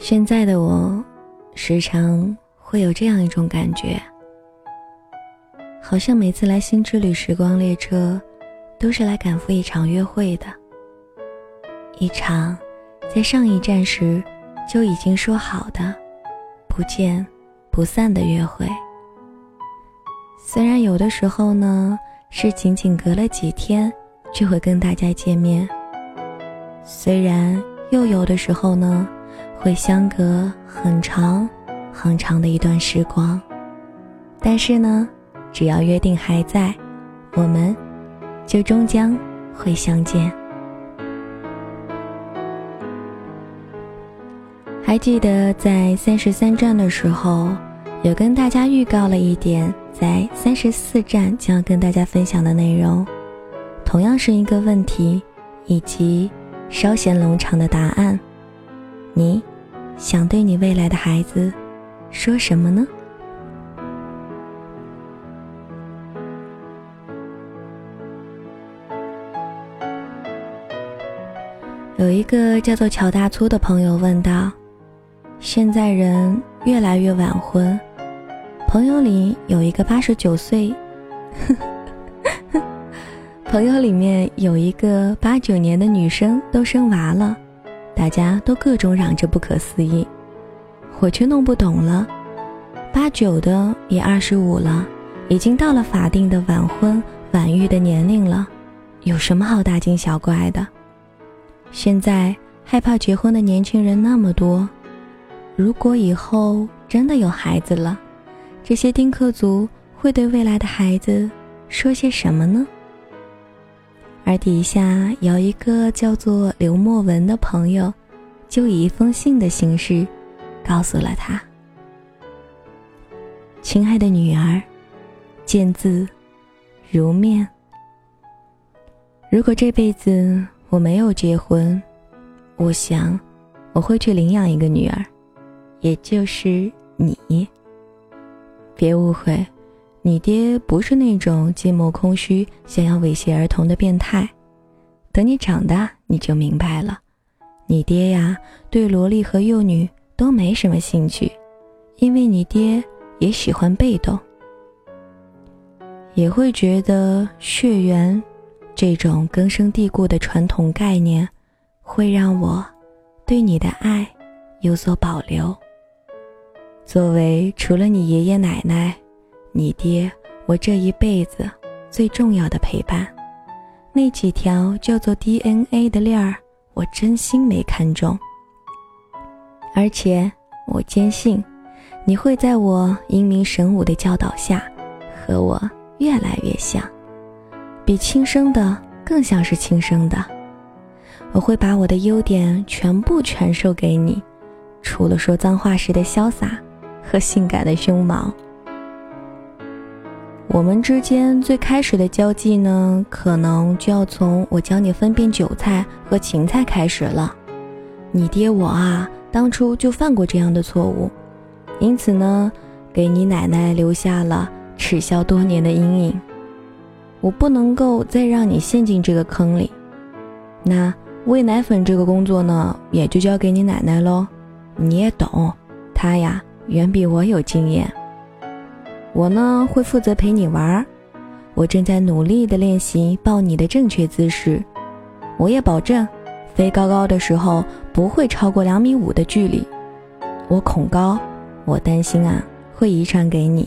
现在的我时常会有这样一种感觉，好像每次来新之旅时光列车都是来赶赴一场约会的，一场在上一站时就已经说好的不见不散的约会。虽然有的时候呢是仅仅隔了几天就会跟大家见面，虽然又有的时候呢会相隔很长很长的一段时光，但是呢只要约定还在，我们就终将会相见。还记得在33站的时候有跟大家预告了一点在34站将要跟大家分享的内容，同样是一个问题以及稍显冗长的答案。你想对你未来的孩子说什么呢？有一个叫做乔大粗的朋友问道，现在人越来越晚婚，朋友里有一个89岁朋友里面有一个89年的女生都生娃了，大家都各种嚷着不可思议，我却弄不懂了。89的也25了，已经到了法定的晚婚晚育的年龄了，有什么好大惊小怪的？现在害怕结婚的年轻人那么多，如果以后真的有孩子了，这些丁克族会对未来的孩子说些什么呢？而底下有一个叫做刘墨文的朋友，就以一封信的形式告诉了他：亲爱的女儿，见字如面。如果这辈子我没有结婚，我想我会去领养一个女儿，也就是你。别误会，你爹不是那种计谋空虚想要猥亵儿童的变态，等你长大你就明白了。你爹呀对萝莉和幼女都没什么兴趣，因为你爹也喜欢被动，也会觉得血缘这种根深蒂固的传统概念会让我对你的爱有所保留。作为除了你爷爷奶奶你爹我这一辈子最重要的陪伴，那几条叫做 DNA 的链儿我真心没看中，而且我坚信你会在我英明神武的教导下和我越来越像，比亲生的更像是亲生的。我会把我的优点全部传授给你，除了说脏话时的潇洒和性感的胸毛。我们之间最开始的交际呢，可能就要从我教你分辨韭菜和芹菜开始了。你爹我啊，当初就犯过这样的错误，因此呢，给你奶奶留下了耻笑多年的阴影。我不能够再让你陷进这个坑里。那喂奶粉这个工作呢，也就交给你奶奶咯，你也懂，她呀远比我有经验。我呢会负责陪你玩，我正在努力地练习抱你的正确姿势，我也保证飞高高的时候不会超过2.5米的距离。我恐高，我担心啊会遗传给你。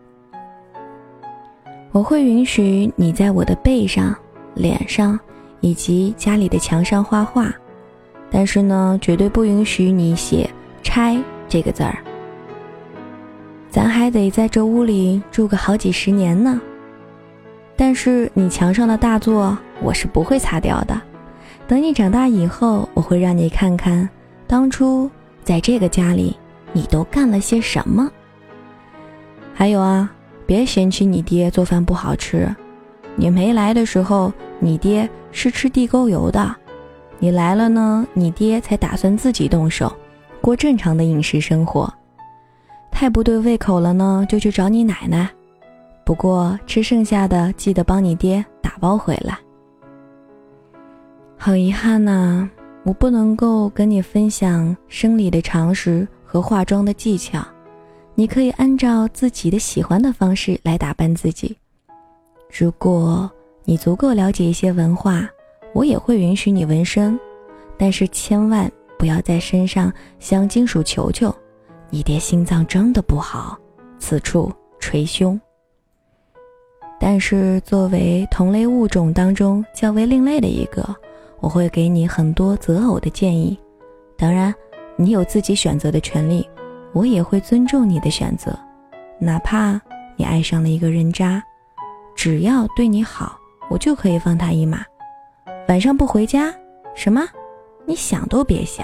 我会允许你在我的背上、脸上以及家里的墙上画画，但是呢绝对不允许你写拆这个字儿。咱还得在这屋里住个好几十年呢。但是你墙上的大作我是不会擦掉的，等你长大以后，我会让你看看当初在这个家里你都干了些什么。还有啊，别嫌弃你爹做饭不好吃，你没来的时候你爹是吃地沟油的，你来了呢，你爹才打算自己动手过正常的饮食生活。太不对胃口了呢，就去找你奶奶，不过吃剩下的记得帮你爹打包回来。很遗憾呢， 我不能够跟你分享生理的常识和化妆的技巧，你可以按照自己的喜欢的方式来打扮自己。如果你足够了解一些文化，我也会允许你纹身，但是千万不要在身上镶金属球球，你爹心脏真的不好，此处捶胸。但是作为同类物种当中较为另类的一个，我会给你很多择偶的建议。当然，你有自己选择的权利，我也会尊重你的选择。哪怕你爱上了一个人渣，只要对你好，我就可以放他一马。晚上不回家，什么？你想都别想。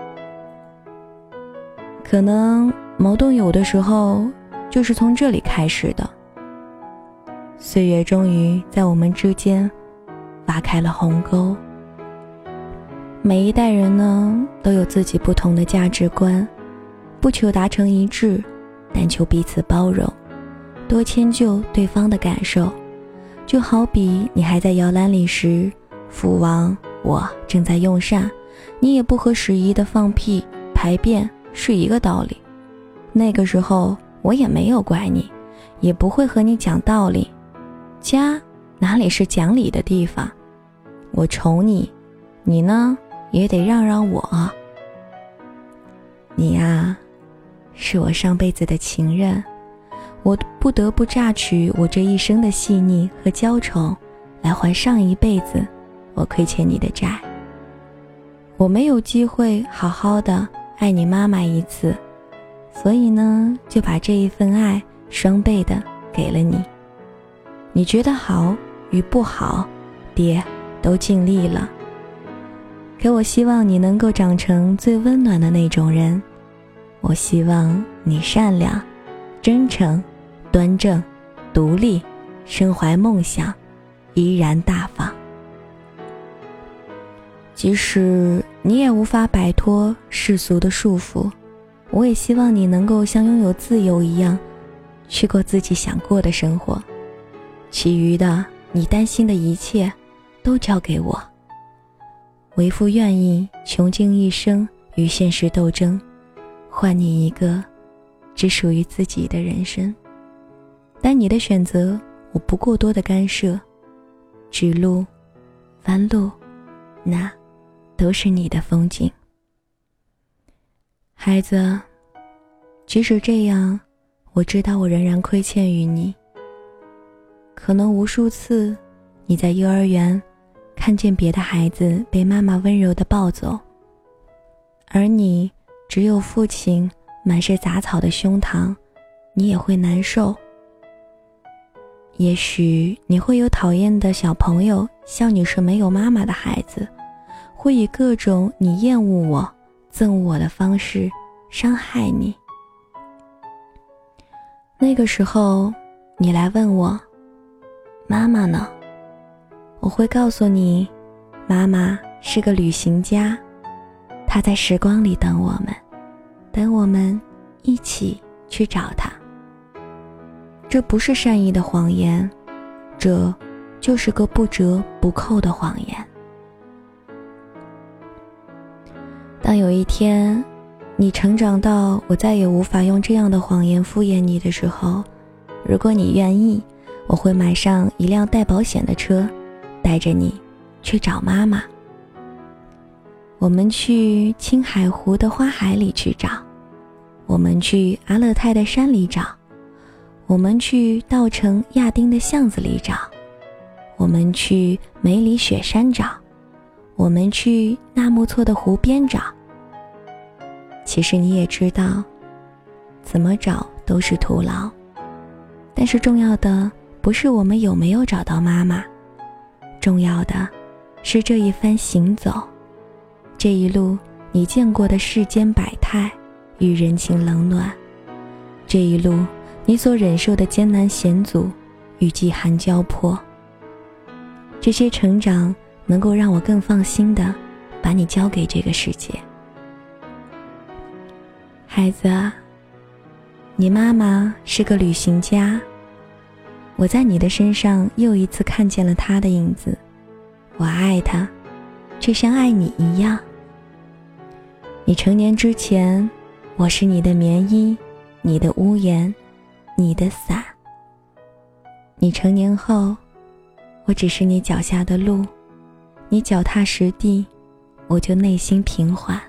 可能矛盾有的时候就是从这里开始的。岁月终于在我们之间挖开了鸿沟。每一代人呢，都有自己不同的价值观，不求达成一致，但求彼此包容，多迁就对方的感受。就好比你还在摇篮里时，父王我正在用膳，你也不合时宜的放屁排便，是一个道理。那个时候我也没有怪你，也不会和你讲道理。家哪里是讲理的地方？我宠你，你呢也得让让我。你呀，是我上辈子的情人，我不得不榨取我这一生的细腻和娇宠，来还上一辈子我亏欠你的债。我没有机会好好的爱你妈妈一次，所以呢，就把这一份爱双倍的给了你。你觉得好与不好，爹都尽力了。可我希望你能够长成最温暖的那种人。我希望你善良、真诚、端正、独立，身怀梦想，依然大方。即使你也无法摆脱世俗的束缚，我也希望你能够像拥有自由一样，去过自己想过的生活。其余的你担心的一切都交给我。为父愿意穷尽一生与现实斗争，换你一个只属于自己的人生。但你的选择我不过多的干涉，直路弯路，那都是你的风景。孩子，即使这样，我知道我仍然亏欠于你。可能无数次你在幼儿园看见别的孩子被妈妈温柔地抱走，而你只有父亲满是杂草的胸膛，你也会难受。也许你会有讨厌的小朋友笑你是没有妈妈的孩子，会以各种你厌恶我、憎恶我的方式伤害你。那个时候你来问我，妈妈呢？我会告诉你，妈妈是个旅行家，她在时光里等我们，等我们一起去找她。这不是善意的谎言，这就是个不折不扣的谎言。当有一天你成长到我再也无法用这样的谎言敷衍你的时候，如果你愿意，我会买上一辆带保险的车，带着你去找妈妈。我们去青海湖的花海里去找，我们去阿勒泰的山里找，我们去稻城亚丁的巷子里找，我们去梅里雪山找，我们去纳木错的湖边找。其实你也知道，怎么找都是徒劳，但是重要的不是我们有没有找到妈妈，重要的是这一番行走，这一路你见过的世间百态与人情冷暖，这一路你所忍受的艰难险阻与饥寒交迫。这些成长能够让我更放心地把你交给这个世界。孩子啊，你妈妈是个旅行家，我在你的身上又一次看见了她的影子。我爱她，就像爱你一样。 你成年之前，我是你的棉衣，你的屋檐，你的伞。你成年后，我只是你脚下的路，你脚踏实地，我就内心平缓。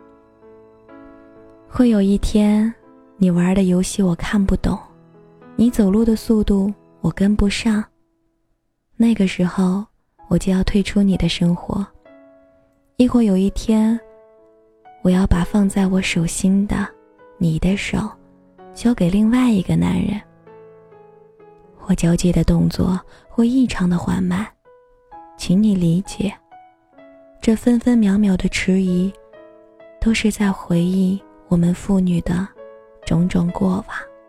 会有一天，你玩的游戏我看不懂，你走路的速度我跟不上，那个时候我就要退出你的生活。亦或有一天，我要把放在我手心的你的手交给另外一个男人。我交接的动作会异常的缓慢，请你理解，这分分秒秒的迟疑都是在回忆我们父女的种种过往。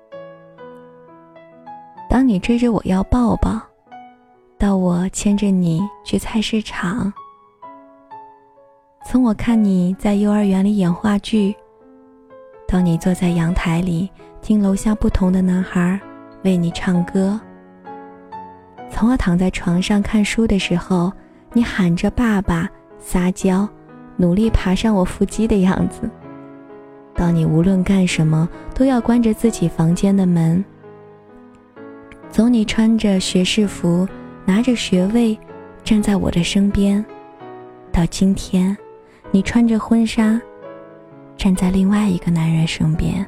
当你追着我要抱抱，到我牵着你去菜市场，从我看你在幼儿园里演话剧，到你坐在阳台里听楼下不同的男孩为你唱歌，从我躺在床上看书的时候，你喊着爸爸撒娇，努力爬上我腹肌的样子，到你无论干什么都要关着自己房间的门，从你穿着学士服拿着学位站在我的身边，到今天你穿着婚纱站在另外一个男人身边。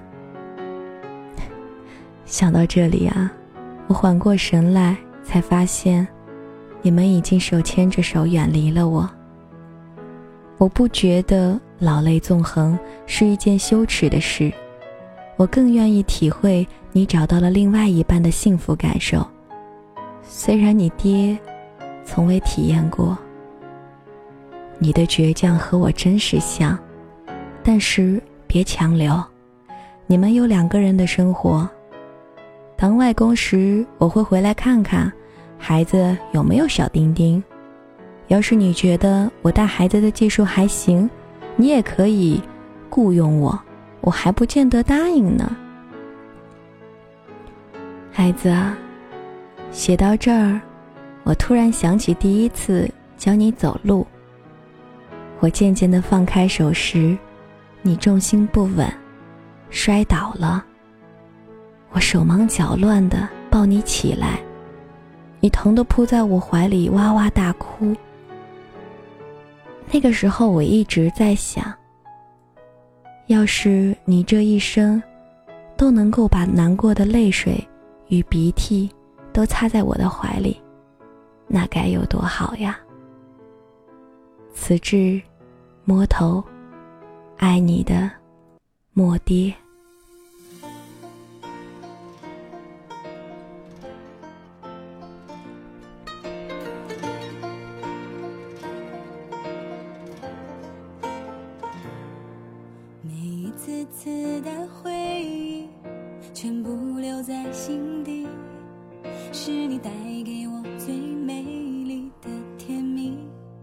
想到这里啊，我缓过神来，才发现你们已经手牵着手远离了我。我不觉得老泪纵横是一件羞耻的事，我更愿意体会你找到了另外一半的幸福感受，虽然你爹从未体验过。你的倔强和我真是像，但是别强留，你们有2个人的生活。当外公时，我会回来看看孩子有没有小丁丁。要是你觉得我带孩子的技术还行，你也可以雇佣我，我还不见得答应呢。孩子啊，写到这儿，我突然想起第一次教你走路。我渐渐地放开手时，你重心不稳，摔倒了。我手忙脚乱地抱你起来，你疼得扑在我怀里哇哇大哭。那个时候我一直在想，要是你这一生都能够把难过的泪水与鼻涕都擦在我的怀里，那该有多好呀。此致摸头，爱你的莫爹。 每一次次的回忆全部留在心底，是你带给我最美丽的甜蜜。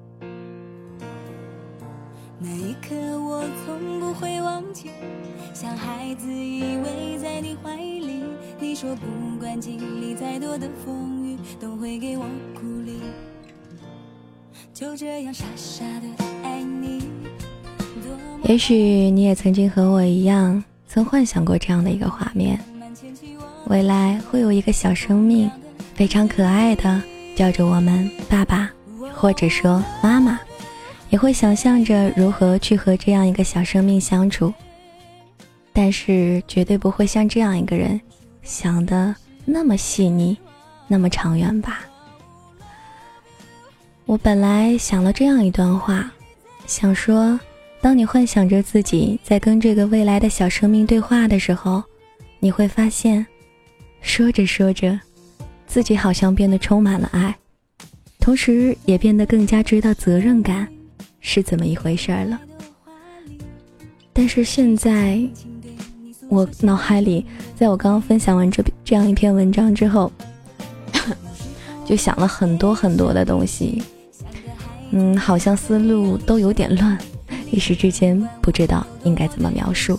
那一刻我从不会忘记，像孩子依偎在你怀里，你说不管经历再多的风雨都会给我鼓励，就这样傻傻的爱你。 也许你也曾经和我一样，曾幻想过这样的一个画面，未来会有一个小生命非常可爱的叫着我们爸爸或者说妈妈，也会想象着如何去和这样一个小生命相处，但是绝对不会像这样一个人想的那么细腻，那么长远吧。我本来想了这样一段话，想说，当你幻想着自己在跟这个未来的小生命对话的时候，你会发现，说着说着，自己好像变得充满了爱，同时也变得更加知道责任感是怎么一回事了。但是现在，我脑海里，在我刚刚分享完这样一篇文章之后，就想了很多很多的东西，好像思路都有点乱，一时之间不知道应该怎么描述。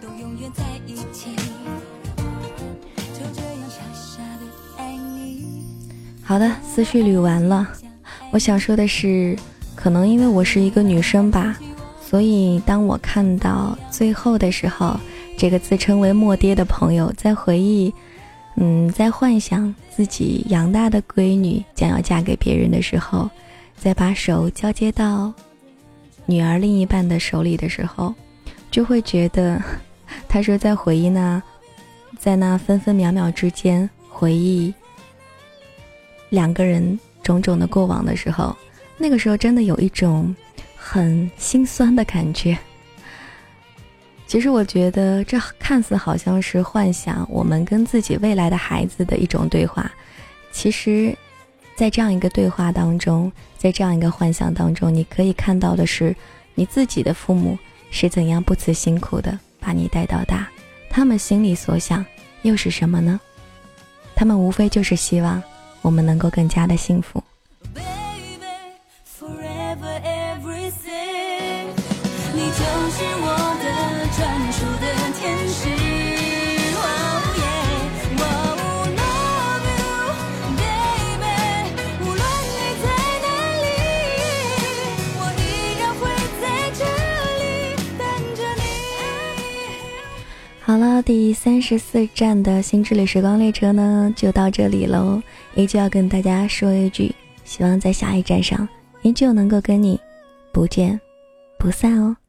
好的，思绪捋完了。我想说的是，可能因为我是一个女生吧， 所以当我看到最后的时候，这个自称为莫爹的朋友在回忆在幻想自己养大的闺女将要嫁给别人的时候，在把手交接到女儿另一半的手里的时候，就会觉得他说在回忆呢，在那分分秒秒之间回忆两个人种种的过往的时候，那个时候真的有一种很心酸的感觉。其实我觉得这看似好像是幻想我们跟自己未来的孩子的一种对话，其实在这样一个对话当中，在这样一个幻想当中，你可以看到的是你自己的父母是怎样不辞辛苦的把你带到大，他们心里所想又是什么呢？他们无非就是希望我们能够更加的幸福。 你就是我的专属的天使。Oh yeah, oh love you, baby。无论你在哪里，我依然会在这里等着你。 好了，第34站的新之旅时光列车呢，就到这里喽。依旧要跟大家说一句，希望在下一站上依旧能够跟你不见不散哦。